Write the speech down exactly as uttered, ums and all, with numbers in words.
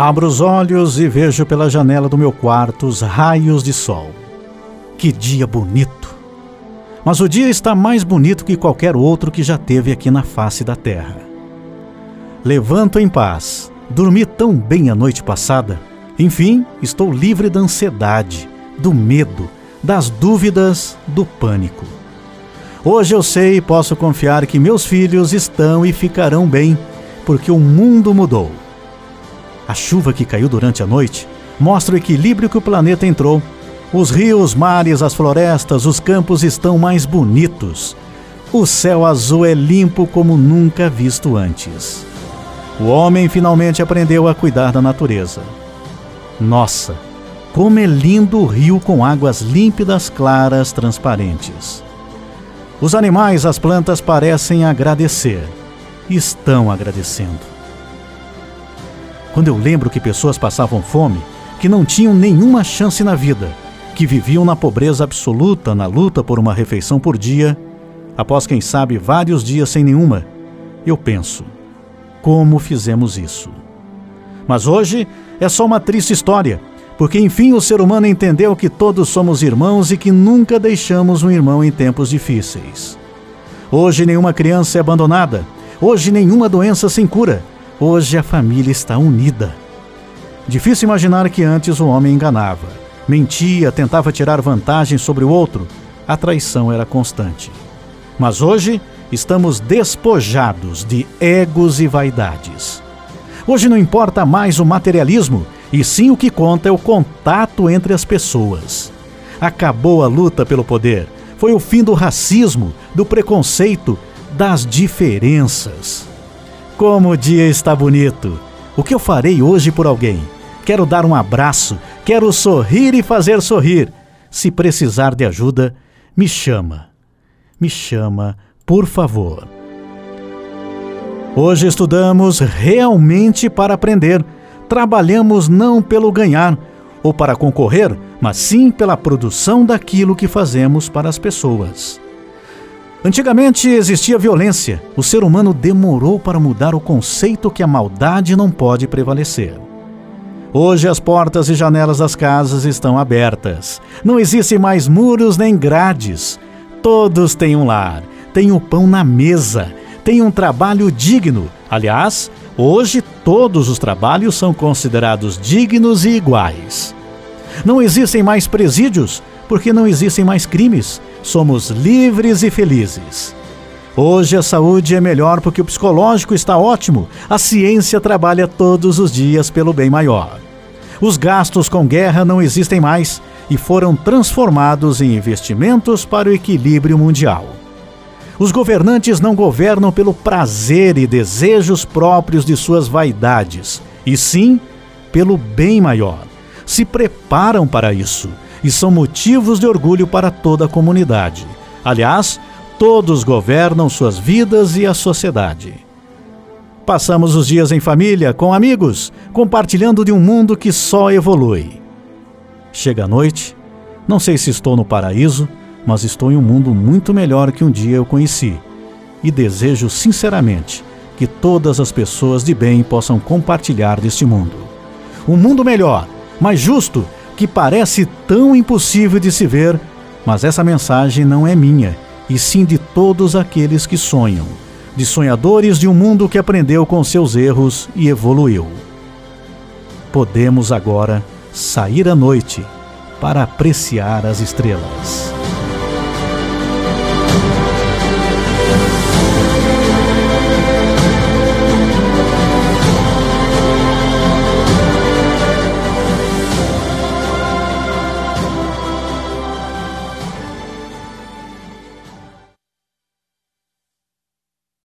Abro os olhos e vejo pela janela do meu quarto os raios de sol. Que dia bonito! Mas o dia está mais bonito que qualquer outro que já teve aqui na face da terra. Levanto em paz. Dormi tão bem a noite passada. Enfim, estou livre da ansiedade, do medo, das dúvidas, do pânico. Hoje eu sei e posso confiar que meus filhos estão e ficarão bem, porque o mundo mudou. A chuva que caiu durante a noite mostra o equilíbrio que o planeta entrou. Os rios, mares, as florestas, os campos estão mais bonitos. O céu azul é limpo como nunca visto antes. O homem finalmente aprendeu a cuidar da natureza. Nossa, como é lindo o rio com águas límpidas, claras, transparentes. Os animais, as plantas parecem agradecer. Estão agradecendo. Quando eu lembro que pessoas passavam fome, que não tinham nenhuma chance na vida, que viviam na pobreza absoluta, na luta por uma refeição por dia, após quem sabe vários dias sem nenhuma, eu penso, como fizemos isso? Mas hoje é só uma triste história, porque enfim o ser humano entendeu que todos somos irmãos e que nunca deixamos um irmão em tempos difíceis. Hoje nenhuma criança é abandonada, hoje nenhuma doença sem cura, hoje a família está unida. Difícil imaginar que antes o homem enganava, mentia, tentava tirar vantagem sobre o outro, a traição era constante. Mas hoje estamos despojados de egos e vaidades. Hoje não importa mais o materialismo, e sim o que conta é o contato entre as pessoas. Acabou a luta pelo poder, foi o fim do racismo, do preconceito, das diferenças. Como o dia está bonito! O que eu farei hoje por alguém? Quero dar um abraço, quero sorrir e fazer sorrir. Se precisar de ajuda, me chama. Me chama, por favor. Hoje estudamos realmente para aprender. Trabalhamos não pelo ganhar ou para concorrer, mas sim pela produção daquilo que fazemos para as pessoas. Antigamente existia violência. O ser humano demorou para mudar o conceito que a maldade não pode prevalecer. Hoje as portas e janelas das casas estão abertas. Não existem mais muros nem grades. Todos têm um lar, têm o pão na mesa, têm um trabalho digno. Aliás, hoje todos os trabalhos são considerados dignos e iguais. Não existem mais presídios, porque não existem mais crimes. Somos livres e felizes. Hoje a saúde é melhor porque o psicológico está ótimo. A ciência trabalha todos os dias pelo bem maior. Os gastos com guerra não existem mais e foram transformados em investimentos para o equilíbrio mundial. Os governantes não governam pelo prazer e desejos próprios de suas vaidades, e sim pelo bem maior. Se preparam para isso e são motivos de orgulho para toda a comunidade. Aliás, todos governam suas vidas e a sociedade. Passamos os dias em família, com amigos, compartilhando de um mundo que só evolui. Chega a noite, não sei se estou no paraíso, mas estou em um mundo muito melhor que um dia eu conheci. E desejo sinceramente que todas as pessoas de bem possam compartilhar deste mundo. Um mundo melhor, mais justo, que parece tão impossível de se ver, mas essa mensagem não é minha, e sim de todos aqueles que sonham, de sonhadores de um mundo que aprendeu com seus erros e evoluiu. Podemos agora sair à noite para apreciar as estrelas.